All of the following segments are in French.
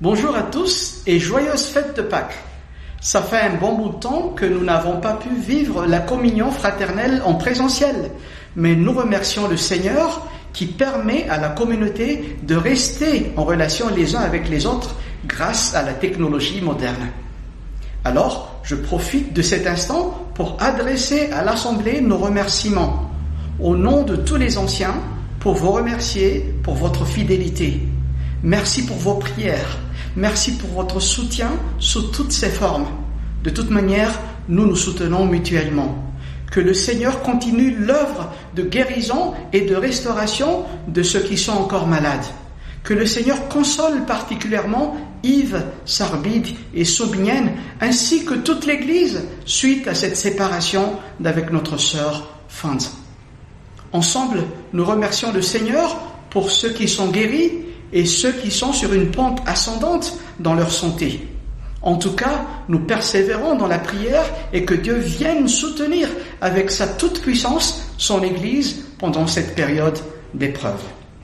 Bonjour à tous et joyeuse fête de Pâques. Ça fait un bon bout de temps que nous n'avons pas pu vivre la communion fraternelle en présentiel, mais nous remercions le Seigneur qui permet à la communauté de rester en relation les uns avec les autres grâce à la technologie moderne. Alors, je profite de cet instant pour adresser à l'Assemblée nos remerciements, au nom de tous les anciens, pour vous remercier pour votre fidélité. Merci pour vos prières. Merci pour votre soutien sous toutes ses formes. De toute manière, nous nous soutenons mutuellement. Que le Seigneur continue l'œuvre de guérison et de restauration de ceux qui sont encore malades. Que le Seigneur console particulièrement Yves, Sarbide et Soubinienne, ainsi que toute l'Église, suite à cette séparation d'avec notre sœur Fanz. Ensemble, nous remercions le Seigneur pour ceux qui sont guéris et ceux qui sont sur une pente ascendante dans leur santé. En tout cas, nous persévérons dans la prière et que Dieu vienne soutenir avec sa toute-puissance son Église pendant cette période d'épreuve.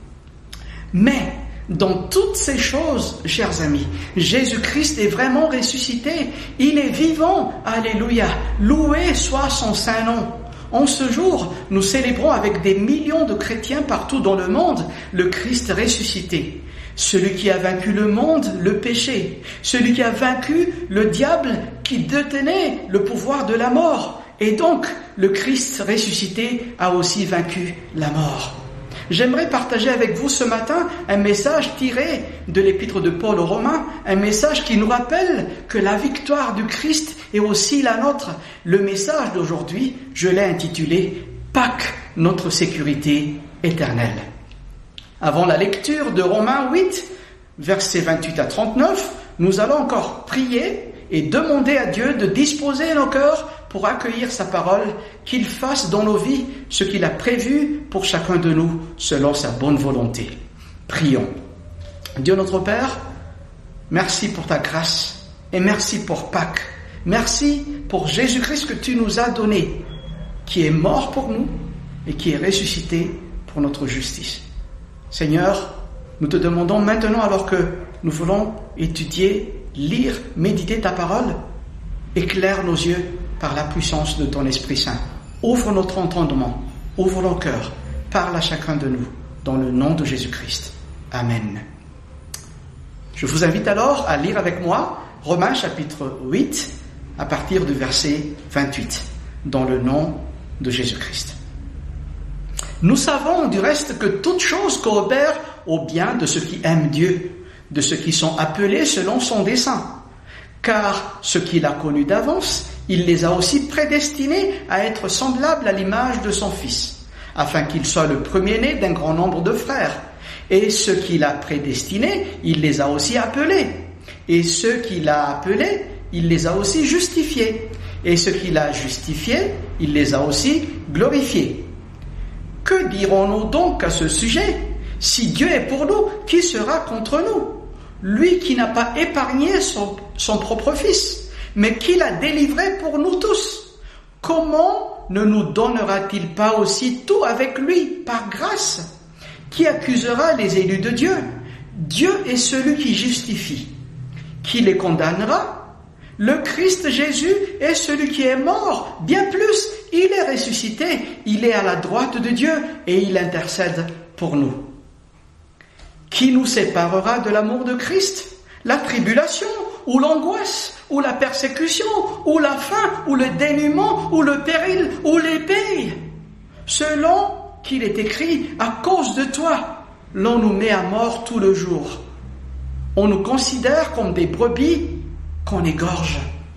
Mais, dans toutes ces choses, chers amis, Jésus-Christ est vraiment ressuscité. Il est vivant. Alléluia. Loué soit son saint nom. En ce jour, nous célébrons avec des millions de chrétiens partout dans le monde le Christ ressuscité. Celui qui a vaincu le monde, le péché. Celui qui a vaincu le diable qui détenait le pouvoir de la mort. Et donc, le Christ ressuscité a aussi vaincu la mort. J'aimerais partager avec vous ce matin un message tiré de l'épître de Paul aux Romains, un message qui nous rappelle que la victoire du Christ est aussi la nôtre. Le message d'aujourd'hui, je l'ai intitulé « Pâques, notre sécurité éternelle ». Avant la lecture de Romains 8, versets 28 à 39, nous allons encore prier et demander à Dieu de disposer nos cœurs pour accueillir sa parole, qu'il fasse dans nos vies ce qu'il a prévu pour chacun de nous, selon sa bonne volonté. Prions. Dieu notre Père, merci pour ta grâce et merci pour Pâques. Merci pour Jésus-Christ que tu nous as donné, qui est mort pour nous et qui est ressuscité pour notre justice. Seigneur, nous te demandons maintenant, alors que nous voulons étudier, lire, méditer ta parole, éclaire nos yeux par la puissance de ton Esprit Saint. Ouvre notre entendement, ouvre nos cœurs, parle à chacun de nous, dans le nom de Jésus-Christ. Amen. Je vous invite alors à lire avec moi Romains chapitre 8, à partir du verset 28, dans le nom de Jésus-Christ. Nous savons du reste que toute chose coopère au bien de ceux qui aiment Dieu, de ceux qui sont appelés selon son dessein. Car ceux qu'il a connus d'avance, il les a aussi prédestinés à être semblables à l'image de son Fils, afin qu'il soit le premier-né d'un grand nombre de frères. Et ceux qu'il a prédestinés, il les a aussi appelés. Et ceux qu'il a appelés, il les a aussi justifiés. Et ceux qu'il a justifiés, il les a aussi glorifiés. Que dirons-nous donc à ce sujet? Si Dieu est pour nous, qui sera contre nous? Lui qui n'a pas épargné son propre Fils, mais qui l'a délivré pour nous tous. Comment ne nous donnera-t-il pas aussi tout avec lui, par grâce? Qui accusera les élus de Dieu? Dieu est celui qui justifie. Qui les condamnera? Le Christ Jésus est celui qui est mort. Bien plus, il est ressuscité. Il est à la droite de Dieu et il intercède pour nous. Qui nous séparera de l'amour de Christ? La tribulation, ou l'angoisse, ou la persécution, ou la faim, ou le dénuement, ou le péril, ou l'épée. Selon qu'il est écrit, à cause de toi, l'on nous met à mort tout le jour. On nous considère comme des brebis qu'on égorge.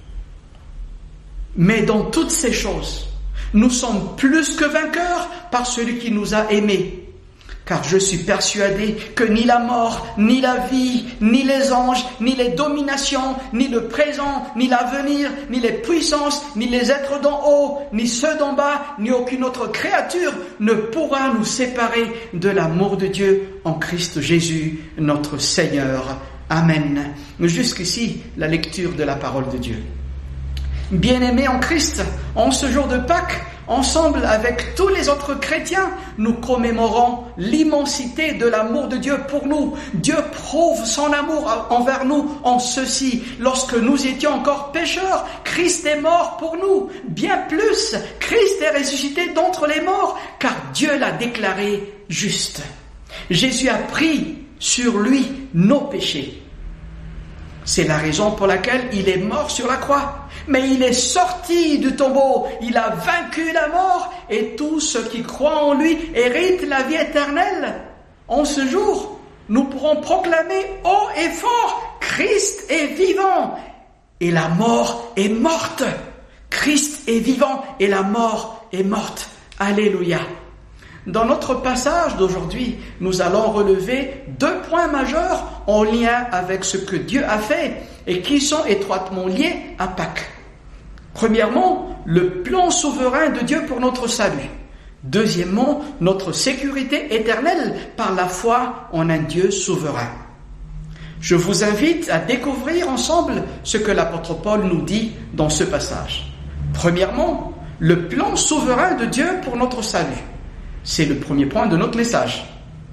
Mais dans toutes ces choses, nous sommes plus que vainqueurs par celui qui nous a aimés. Car je suis persuadé que ni la mort, ni la vie, ni les anges, ni les dominations, ni le présent, ni l'avenir, ni les puissances, ni les êtres d'en haut, ni ceux d'en bas, ni aucune autre créature ne pourra nous séparer de l'amour de Dieu en Christ Jésus, notre Seigneur. Amen. Jusqu'ici, la lecture de la parole de Dieu. Bien-aimés en Christ, en ce jour de Pâques, ensemble avec tous les autres chrétiens, nous commémorons l'immensité de l'amour de Dieu pour nous. Dieu prouve son amour envers nous en ceci. Lorsque nous étions encore pécheurs, Christ est mort pour nous. Bien plus, Christ est ressuscité d'entre les morts, car Dieu l'a déclaré juste. Jésus a pris sur lui nos péchés. C'est la raison pour laquelle il est mort sur la croix. Mais il est sorti du tombeau, il a vaincu la mort, et tous ceux qui croient en lui héritent la vie éternelle. En ce jour, nous pourrons proclamer haut et fort, Christ est vivant, et la mort est morte. Christ est vivant, et la mort est morte. Alléluia. Dans notre passage d'aujourd'hui, nous allons relever 2 points majeurs en lien avec ce que Dieu a fait et qui sont étroitement liés à Pâques. Premièrement, le plan souverain de Dieu pour notre salut. Deuxièmement, notre sécurité éternelle par la foi en un Dieu souverain. Je vous invite à découvrir ensemble ce que l'apôtre Paul nous dit dans ce passage. Premièrement, le plan souverain de Dieu pour notre salut. C'est le premier point de notre message.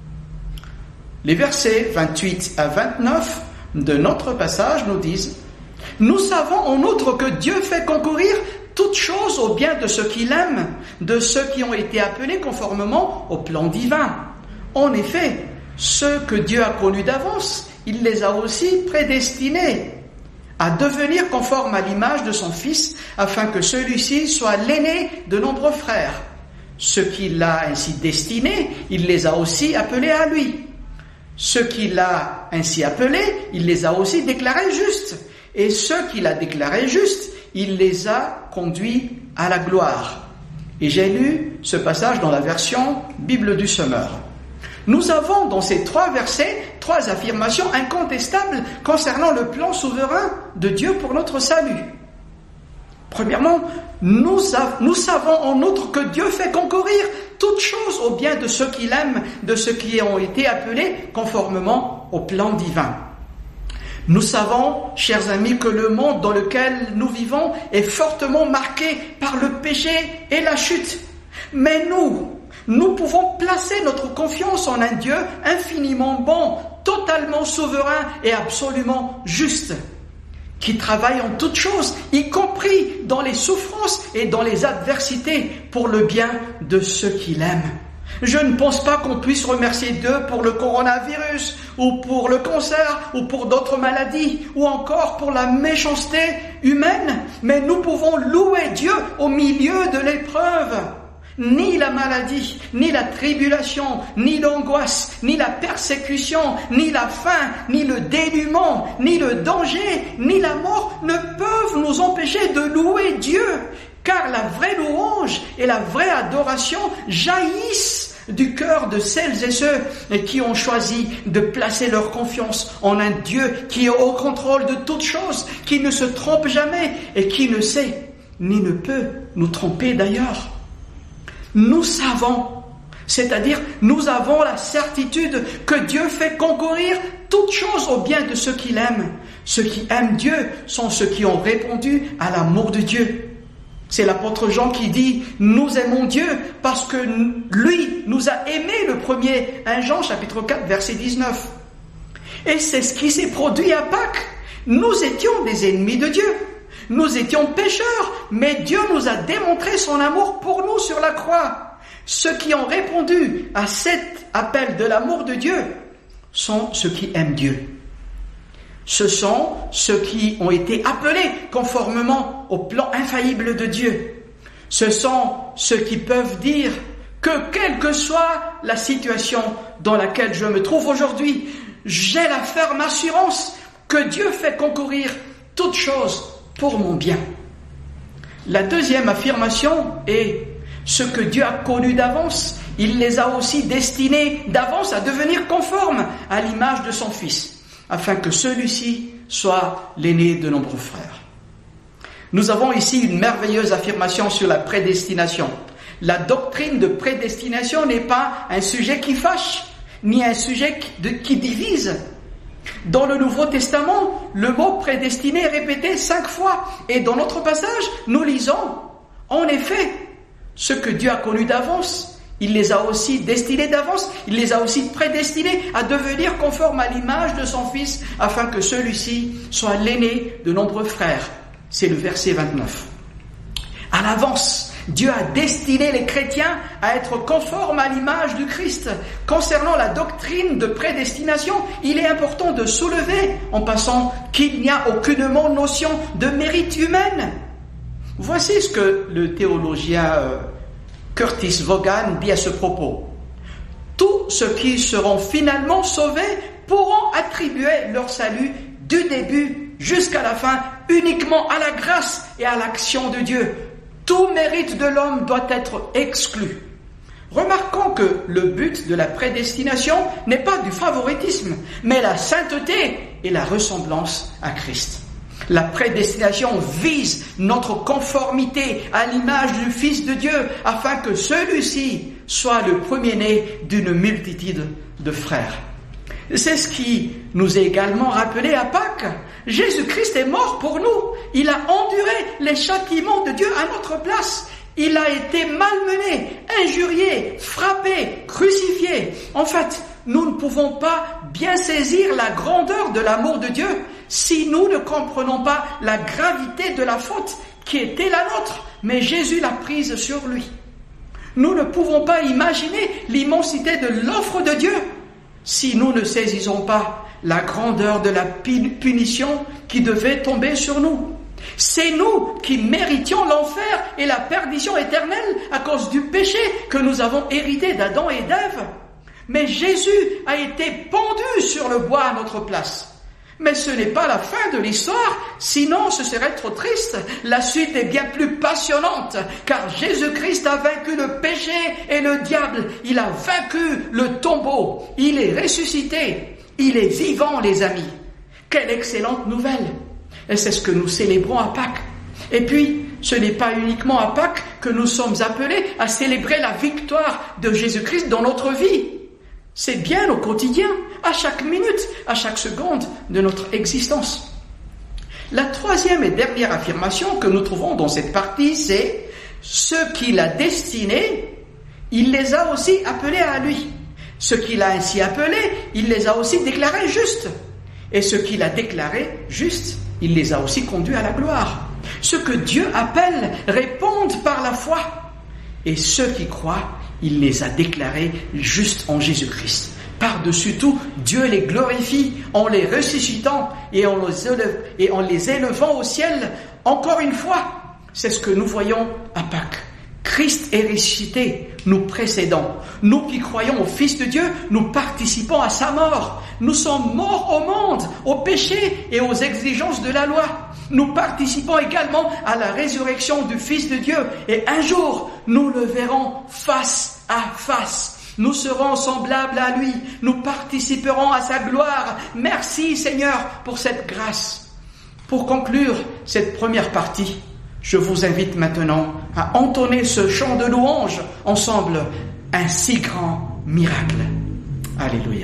Les versets 28 à 29 de notre passage nous disent « Nous savons en outre que Dieu fait concourir toutes choses au bien de ceux qu'il aime, de ceux qui ont été appelés conformément au plan divin. En effet, ceux que Dieu a connus d'avance, il les a aussi prédestinés à devenir conformes à l'image de son Fils, afin que celui-ci soit l'aîné de nombreux frères. Ceux qu'il a ainsi destinés, il les a aussi appelés à lui. Ceux qu'il a ainsi appelés, il les a aussi déclarés justes. Et ceux qu'il a déclarés justes, il les a conduits à la gloire. » Et j'ai lu ce passage dans la version Bible du Semeur. Nous avons dans ces 3 versets 3 affirmations incontestables concernant le plan souverain de Dieu pour notre salut. Premièrement, nous savons en outre que Dieu fait concourir toutes choses au bien de ceux qu'il aime, de ceux qui ont été appelés conformément au plan divin. Nous savons, chers amis, que le monde dans lequel nous vivons est fortement marqué par le péché et la chute. Mais nous pouvons placer notre confiance en un Dieu infiniment bon, totalement souverain et absolument juste, qui travaille en toutes choses, y compris dans les souffrances et dans les adversités, pour le bien de ceux qu'il aime. Je ne pense pas qu'on puisse remercier Dieu pour le coronavirus, ou pour le cancer, ou pour d'autres maladies, ou encore pour la méchanceté humaine, mais nous pouvons louer Dieu au milieu de l'épreuve. Ni la maladie, ni la tribulation, ni l'angoisse, ni la persécution, ni la faim, ni le dénuement, ni le danger, ni la mort ne peuvent nous empêcher de louer Dieu, car la vraie louange et la vraie adoration jaillissent du cœur de celles et ceux qui ont choisi de placer leur confiance en un Dieu qui est au contrôle de toutes choses, qui ne se trompe jamais et qui ne sait ni ne peut nous tromper d'ailleurs. Nous savons, c'est-à-dire nous avons la certitude que Dieu fait concourir toutes choses au bien de ceux qu'il aime. Ceux qui aiment Dieu sont ceux qui ont répondu à l'amour de Dieu. C'est l'apôtre Jean qui dit « Nous aimons Dieu parce que lui nous a aimés » le premier, 1 Jean chapitre 4 verset 19. Et c'est ce qui s'est produit à Pâques. Nous étions des ennemis de Dieu. Nous étions pécheurs, mais Dieu nous a démontré son amour pour nous sur la croix. Ceux qui ont répondu à cet appel de l'amour de Dieu sont ceux qui aiment Dieu. Ce sont ceux qui ont été appelés conformément au plan infaillible de Dieu. Ce sont ceux qui peuvent dire que quelle que soit la situation dans laquelle je me trouve aujourd'hui, j'ai la ferme assurance que Dieu fait concourir toutes choses pour mon bien. La deuxième affirmation est ce que Dieu a connu d'avance, il les a aussi destinés d'avance à devenir conformes à l'image de son Fils, afin que celui-ci soit l'aîné de nombreux frères. Nous avons ici une merveilleuse affirmation sur la prédestination. La doctrine de prédestination n'est pas un sujet qui fâche, ni un sujet qui divise. Dans le Nouveau Testament, le mot prédestiné est répété 5 fois. Et dans notre passage, nous lisons, en effet, ce que Dieu a connu d'avance, il les a aussi destinés d'avance, il les a aussi prédestinés à devenir conformes à l'image de son Fils, afin que celui-ci soit l'aîné de nombreux frères. C'est le verset 29. À l'avance, Dieu a destiné les chrétiens à être conformes à l'image du Christ. Concernant la doctrine de prédestination, il est important de soulever, en passant, qu'il n'y a aucunement notion de mérite humaine. Voici ce que le théologien Curtis Vaughan dit à ce propos. Tous ceux qui seront finalement sauvés pourront attribuer leur salut du début jusqu'à la fin uniquement à la grâce et à l'action de Dieu. Tout mérite de l'homme doit être exclu. Remarquons que le but de la prédestination n'est pas du favoritisme, mais la sainteté et la ressemblance à Christ. La prédestination vise notre conformité à l'image du Fils de Dieu, afin que celui-ci soit le premier-né d'une multitude de frères. C'est ce qui nous est également rappelé à Pâques. Jésus-Christ est mort pour nous. Il a enduré les châtiments de Dieu à notre place. Il a été malmené, injurié, frappé, crucifié. En fait, nous ne pouvons pas bien saisir la grandeur de l'amour de Dieu si nous ne comprenons pas la gravité de la faute qui était la nôtre, mais Jésus l'a prise sur lui. Nous ne pouvons pas imaginer l'immensité de l'offre de Dieu si nous ne saisissons pas la grandeur de la punition qui devait tomber sur nous. C'est nous qui méritions l'enfer et la perdition éternelle à cause du péché que nous avons hérité d'Adam et d'Ève. Mais Jésus a été pendu sur le bois à notre place. Mais ce n'est pas la fin de l'histoire, sinon ce serait trop triste. La suite est bien plus passionnante, car Jésus-Christ a vaincu le péché et le diable. Il a vaincu le tombeau. Il est ressuscité. Il est vivant, les amis. Quelle excellente nouvelle! Et c'est ce que nous célébrons à Pâques. Et puis, ce n'est pas uniquement à Pâques que nous sommes appelés à célébrer la victoire de Jésus-Christ dans notre vie. C'est bien au quotidien, à chaque minute, à chaque seconde de notre existence. La troisième et dernière affirmation que nous trouvons dans cette partie, c'est « ceux qu'il a destinés, il les a aussi appelés à lui. Ceux qu'il a ainsi appelés, il les a aussi déclarés justes. Et ceux qu'il a déclarés justes, il les a aussi conduits à la gloire. Ceux que Dieu appelle répondent par la foi. Et ceux qui croient, il les a déclarés justes en Jésus-Christ. Par-dessus tout, Dieu les glorifie en les ressuscitant et en les élevant au ciel. Encore une fois, c'est ce que nous voyons à Pâques. Christ est ressuscité, nous précédons. Nous qui croyons au Fils de Dieu, nous participons à sa mort. Nous sommes morts au monde, au péché et aux exigences de la loi. Nous participons également à la résurrection du Fils de Dieu. Et un jour, nous le verrons face à face. Nous serons semblables à lui. Nous participerons à sa gloire. Merci Seigneur pour cette grâce. Pour conclure cette première partie, je vous invite maintenant à entonner ce chant de louange ensemble, un si grand miracle. Alléluia.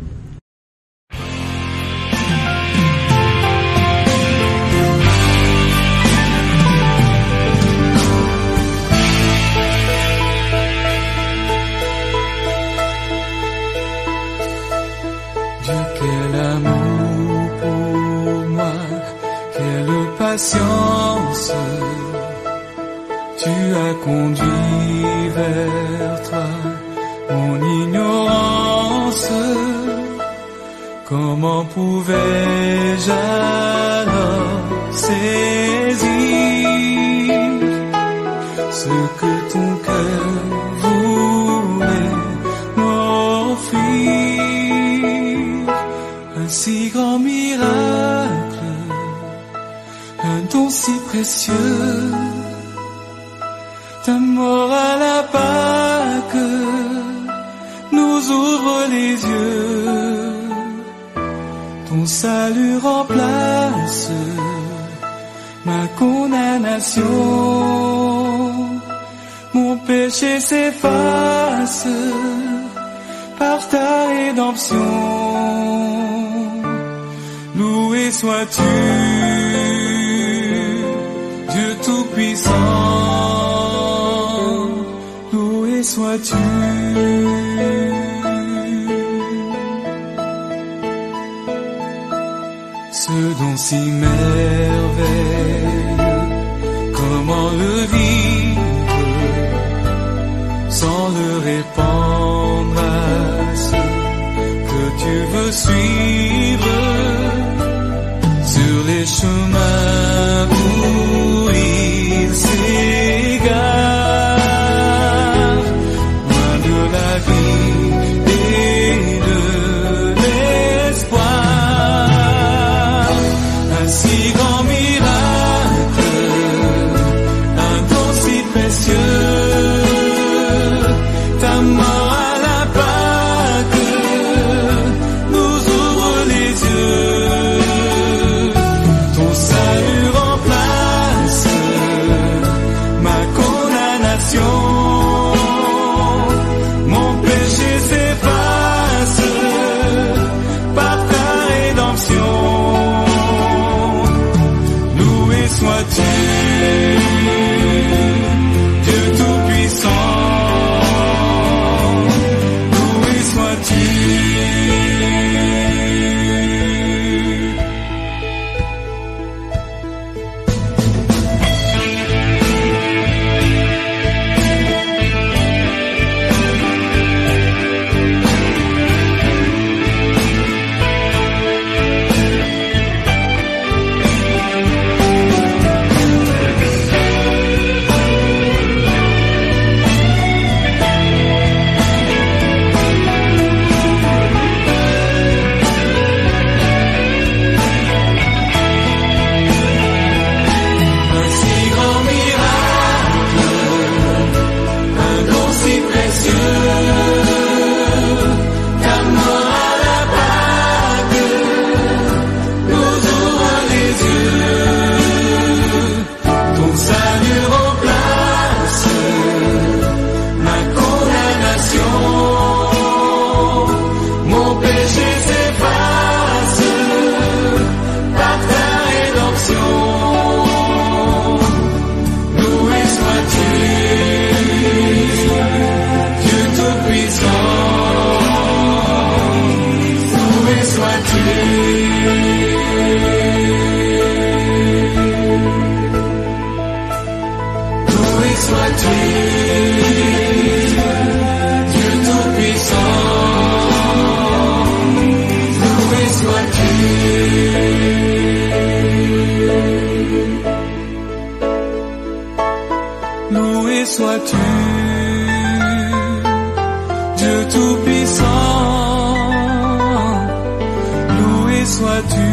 Dieu, quel amour pour moi, quelle patience. Tu as conduit vers toi mon ignorance. Comment pouvais-je alors saisir ce que ton cœur voulait m'offrir? Un si grand miracle, un don si précieux. Ta mort à la Pâque nous ouvre les yeux. Ton salut remplace ma condamnation. Mon péché s'efface par ta rédemption. Loué sois-tu, Dieu Tout-Puissant, loué sois-tu. Ce don si merveilleux, comment le vivre sans le répandre à ceux que tu veux suivre sur les chemins où ils s'égarent, loin de la vie et de l'espoir. Un si grand miracle, un don si précieux, ta mort à la Pâque nous ouvre les yeux. Ton salut remplace ma condamnation, mon péché s'efface par ta rédemption. Loué sois-tu, Dieu Tout-Puissant, loué sois-tu. Un si grand miracle, un don si précieux, ta mort à la Pâque nous ouvre les yeux. Ton salut remplace ma condamnation, mon péché s'efface par ta rédemption. Loué sois-tu, Dieu Tout-Puissant, loué sois-tu. Loué sois-tu, Dieu Tout-Puissant, loué sois-tu. Loué sois-tu, Dieu Tout-Puissant, loué sois-tu.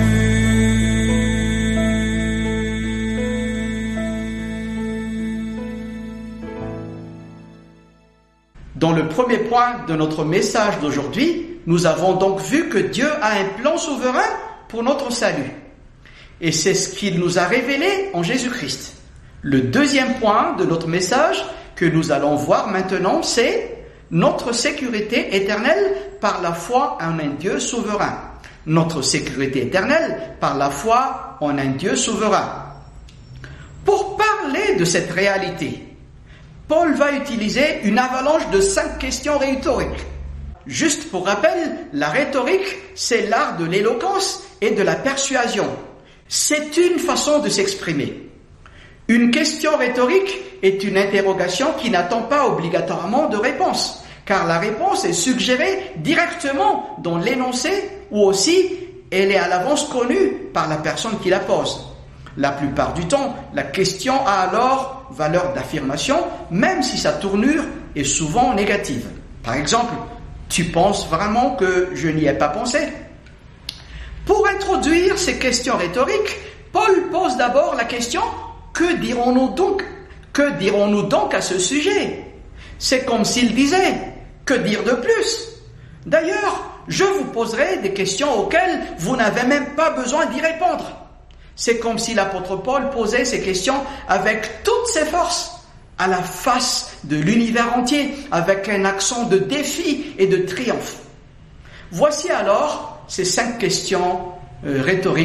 Dans le premier point de notre message d'aujourd'hui, nous avons donc vu que Dieu a un plan souverain pour notre salut. Et c'est ce qu'il nous a révélé en Jésus-Christ. Le deuxième point de notre message que nous allons voir maintenant, c'est notre sécurité éternelle par la foi en un Dieu souverain. Notre sécurité éternelle par la foi en un Dieu souverain. Pour parler de cette réalité, Paul va utiliser une avalanche de 5 questions rhétoriques. Juste pour rappel, la rhétorique, c'est l'art de l'éloquence et de la persuasion. C'est une façon de s'exprimer. Une question rhétorique est une interrogation qui n'attend pas obligatoirement de réponse, car la réponse est suggérée directement dans l'énoncé ou aussi elle est à l'avance connue par la personne qui la pose. La plupart du temps, la question a alors valeur d'affirmation, même si sa tournure est souvent négative. Par exemple, tu penses vraiment que je n'y ai pas pensé? Pour introduire ces questions rhétoriques, Paul pose d'abord la question « Que dirons-nous donc à ce sujet ?» C'est comme s'il disait « Que dire de plus ?» D'ailleurs, je vous poserai des questions auxquelles vous n'avez même pas besoin d'y répondre. C'est comme si l'apôtre Paul posait ces questions avec toutes ses forces, à la face de l'univers entier, avec un accent de défi et de triomphe. Voici alors ces 5 questions rhétoriques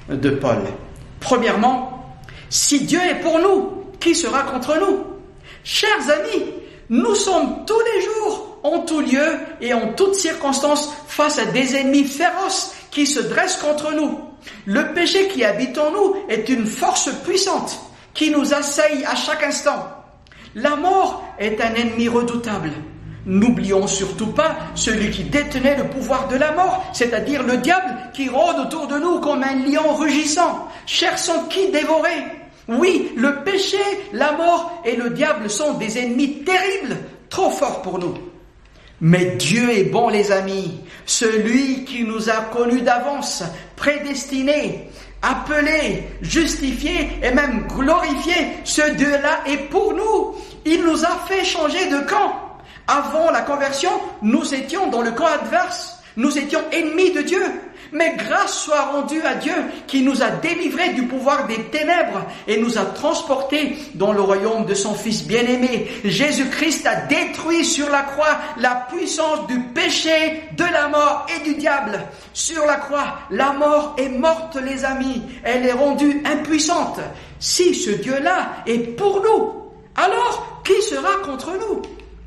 de Paul. Premièrement, si Dieu est pour nous, qui sera contre nous? Chers amis, nous sommes tous les jours, en tout lieu et en toutes circonstances, face à des ennemis féroces qui se dressent contre nous. Le péché qui habite en nous est une force puissante qui nous assaille à chaque instant. La mort est un ennemi redoutable. N'oublions surtout pas celui qui détenait le pouvoir de la mort, c'est-à-dire le diable qui rôde autour de nous comme un lion rugissant, cherchant qui dévorer. Oui, le péché, la mort et le diable sont des ennemis terribles, trop forts pour nous. Mais Dieu est bon, les amis, celui qui nous a connus d'avance, prédestinés, appelés, justifiés et même glorifiés, ce Dieu-là est pour nous. Il nous a fait changer de camp. Avant la conversion, nous étions dans le camp adverse, nous étions ennemis de Dieu. Mais grâce soit rendue à Dieu qui nous a délivrés du pouvoir des ténèbres et nous a transportés dans le royaume de son Fils bien-aimé. Jésus-Christ a détruit sur la croix la puissance du péché, de la mort et du diable. Sur la croix, la mort est morte, les amis. Elle est rendue impuissante. Si ce Dieu-là est pour nous, alors qui sera contre nous?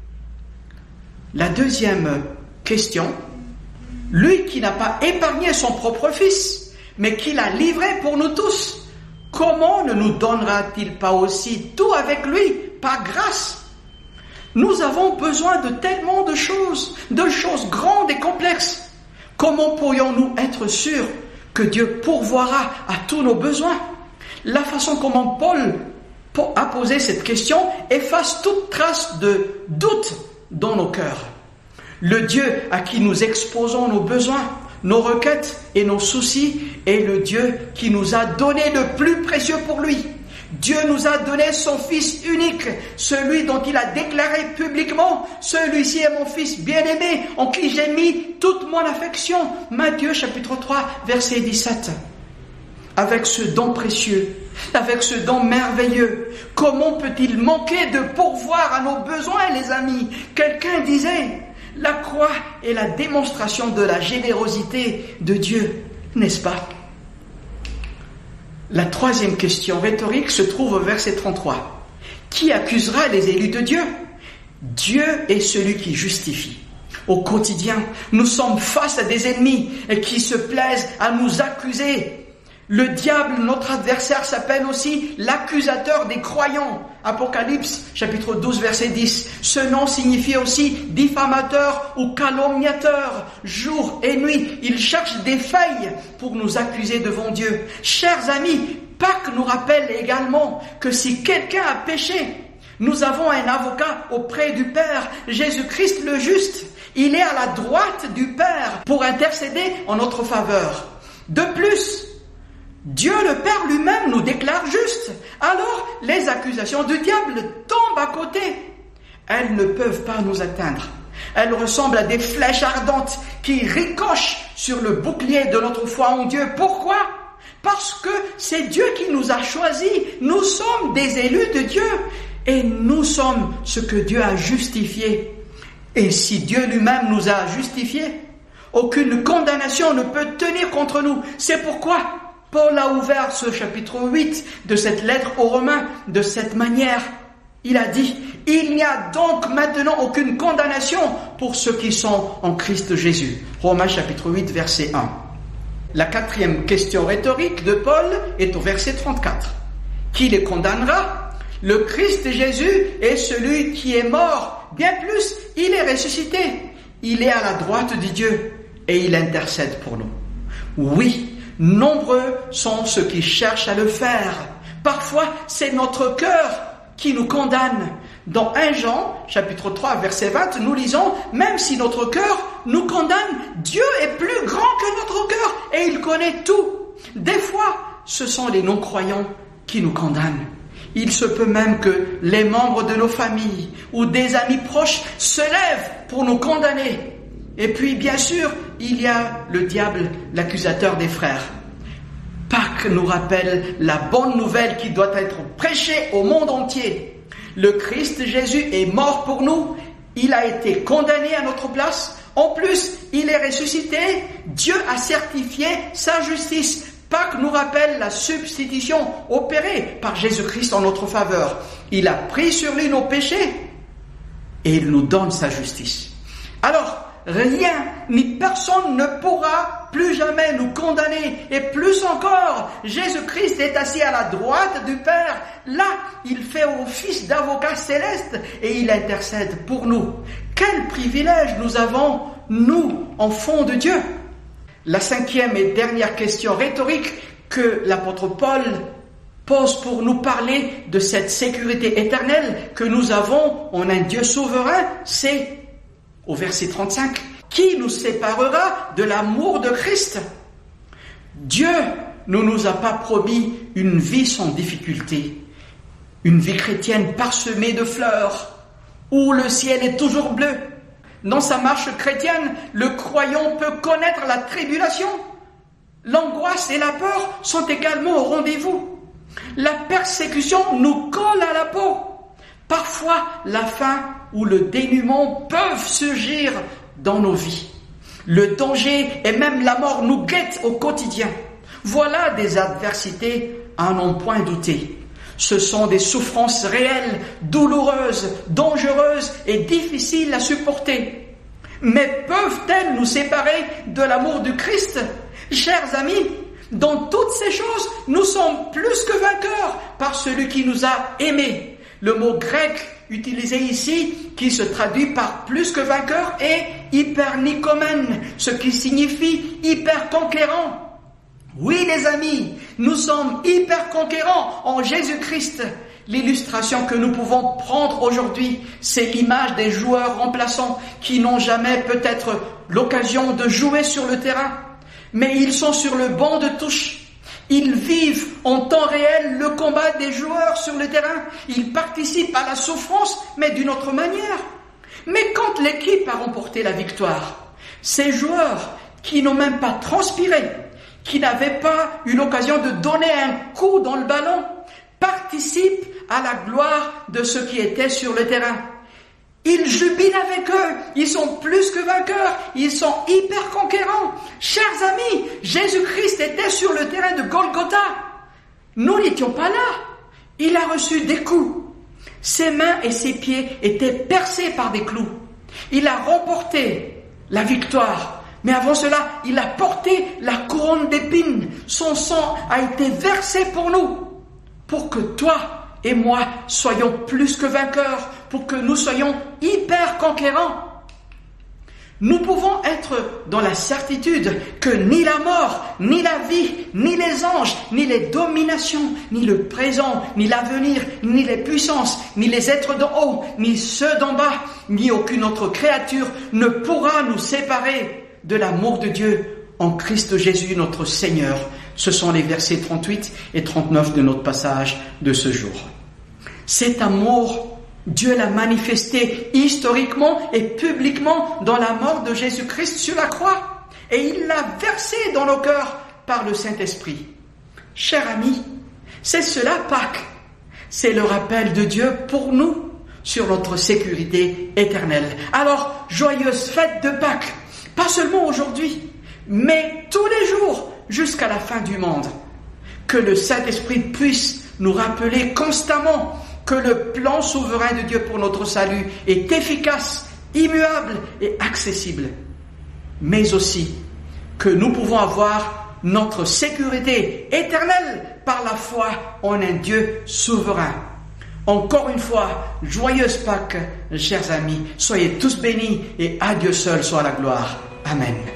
La deuxième question, lui qui n'a pas épargné son propre Fils, mais qui l'a livré pour nous tous, comment ne nous donnera-t-il pas aussi tout avec lui, par grâce? Nous avons besoin de tellement de choses grandes et complexes. Comment pourrions-nous être sûrs que Dieu pourvoira à tous nos besoins? La façon comment Paul a posé cette question efface toute trace de doute dans nos cœurs. Le Dieu à qui nous exposons nos besoins, nos requêtes et nos soucis est le Dieu qui nous a donné le plus précieux pour lui. Dieu nous a donné son Fils unique, celui dont il a déclaré publiquement, celui-ci est mon Fils bien-aimé, en qui j'ai mis toute mon affection. Matthieu chapitre 3, verset 17. Avec ce don précieux, avec ce don merveilleux, comment peut-il manquer de pourvoir à nos besoins, les amis? Quelqu'un disait, la croix est la démonstration de la générosité de Dieu, n'est-ce pas? La troisième question rhétorique se trouve au verset 33. Qui accusera les élus de Dieu? Dieu est celui qui justifie. Au quotidien, nous sommes face à des ennemis qui se plaisent à nous accuser. Le diable, notre adversaire, s'appelle aussi l'accusateur des croyants. Apocalypse, chapitre 12, verset 10. Ce nom signifie aussi diffamateur ou calomniateur. Jour et nuit, il cherche des failles pour nous accuser devant Dieu. Chers amis, Pâques nous rappelle également que si quelqu'un a péché, nous avons un avocat auprès du Père, Jésus-Christ le juste. Il est à la droite du Père pour intercéder en notre faveur. De plus, Dieu le Père lui-même nous déclare justes. Alors, les accusations du diable tombent à côté. Elles ne peuvent pas nous atteindre. Elles ressemblent à des flèches ardentes qui ricochent sur le bouclier de notre foi en Dieu. Pourquoi? Parce que c'est Dieu qui nous a choisis. Nous sommes des élus de Dieu. Et nous sommes ce que Dieu a justifié. Et si Dieu lui-même nous a justifiés, aucune condamnation ne peut tenir contre nous. C'est pourquoi Paul a ouvert ce chapitre 8 de cette lettre aux Romains de cette manière. Il a dit, « Il n'y a donc maintenant aucune condamnation pour ceux qui sont en Christ Jésus. » Romains chapitre 8, verset 1. La quatrième question rhétorique de Paul est au verset 34. Qui les condamnera? Le Christ Jésus est celui qui est mort. Bien plus, il est ressuscité. Il est à la droite de Dieu et il intercède pour nous. Oui, nombreux sont ceux qui cherchent à le faire. Parfois, c'est notre cœur qui nous condamne. Dans 1 Jean, chapitre 3, verset 20, nous lisons, même si notre cœur nous condamne, Dieu est plus grand que notre cœur et il connaît tout. Des fois, ce sont les non-croyants qui nous condamnent. Il se peut même que les membres de nos familles ou des amis proches se lèvent pour nous condamner. Et puis, bien sûr, il y a le diable, l'accusateur des frères. Pâques nous rappelle la bonne nouvelle qui doit être prêchée au monde entier. Le Christ Jésus est mort pour nous, il a été condamné à notre place. En plus, il est ressuscité, Dieu a certifié sa justice Pâques nous rappelle la substitution opérée par Jésus-Christ en notre faveur. Il a pris sur lui nos péchés et il nous donne sa justice. Alors, rien ni personne ne pourra plus jamais nous condamner. Et plus encore, Jésus-Christ est assis à la droite du Père. Là, il fait office d'avocat céleste et il intercède pour nous. Quel privilège nous avons, nous, enfants de Dieu. La 5e et dernière question rhétorique que l'apôtre Paul pose pour nous parler de cette sécurité éternelle que nous avons en un Dieu souverain, c'est au verset 35, « Qui nous séparera de l'amour de Christ ?» Dieu ne nous a pas promis une vie sans difficulté, une vie chrétienne parsemée de fleurs, où le ciel est toujours bleu. Dans sa marche chrétienne, le croyant peut connaître la tribulation. L'angoisse et la peur sont également au rendez-vous. La persécution nous colle à la peau. Parfois, la faim ou le dénuement peuvent surgir dans nos vies. Le danger et même la mort nous guettent au quotidien. Voilà des adversités à n'en point douter. Ce sont des souffrances réelles, douloureuses, dangereuses et difficiles à supporter. Mais peuvent-elles nous séparer de l'amour du Christ ? Chers amis, dans toutes ces choses, nous sommes plus que vainqueurs par celui qui nous a aimés. Le mot grec utilisé ici, qui se traduit par plus que vainqueur, est hypernikomène, ce qui signifie hyper conquérant. Oui, les amis, nous sommes hyper conquérants en Jésus-Christ. L'illustration que nous pouvons prendre aujourd'hui, c'est l'image des joueurs remplaçants qui n'ont jamais peut-être l'occasion de jouer sur le terrain, mais ils sont sur le banc de touche. Ils vivent en temps réel le combat des joueurs sur le terrain. Ils participent à la souffrance, mais d'une autre manière. Mais quand l'équipe a remporté la victoire, ces joueurs qui n'ont même pas transpiré, qui n'avaient pas eu l'occasion de donner un coup dans le ballon, participent à la gloire de ceux qui étaient sur le terrain. Ils jubilent avec eux, ils sont plus que vainqueurs, ils sont hyper conquérants. Chers amis, Jésus-Christ était sur le terrain de Golgotha. Nous n'étions pas là. Il a reçu des coups. Ses mains et ses pieds étaient percés par des clous. Il a remporté la victoire. Mais avant cela, il a porté la couronne d'épines. Son sang a été versé pour nous, pour que toi et moi soyons plus que vainqueurs, pour que nous soyons hyper conquérants. Nous pouvons être dans la certitude que ni la mort, ni la vie, ni les anges, ni les dominations, ni le présent, ni l'avenir, ni les puissances, ni les êtres d'en haut, ni ceux d'en bas, ni aucune autre créature ne pourra nous séparer de l'amour de Dieu en Christ Jésus notre Seigneur. Ce sont les versets 38 et 39 de notre passage de ce jour. Cet amour, Dieu l'a manifesté historiquement et publiquement dans la mort de Jésus-Christ sur la croix. Et il l'a versé dans nos cœurs par le Saint-Esprit. Chers amis, c'est cela Pâques. C'est le rappel de Dieu pour nous sur notre sécurité éternelle. Alors, joyeuse fête de Pâques, pas seulement aujourd'hui, mais tous les jours jusqu'à la fin du monde. Que le Saint-Esprit puisse nous rappeler constamment que le plan souverain de Dieu pour notre salut est efficace, immuable et accessible. Mais aussi que nous pouvons avoir notre sécurité éternelle par la foi en un Dieu souverain. Encore une fois, joyeuse Pâques, chers amis, soyez tous bénis et à Dieu seul soit la gloire. Amen.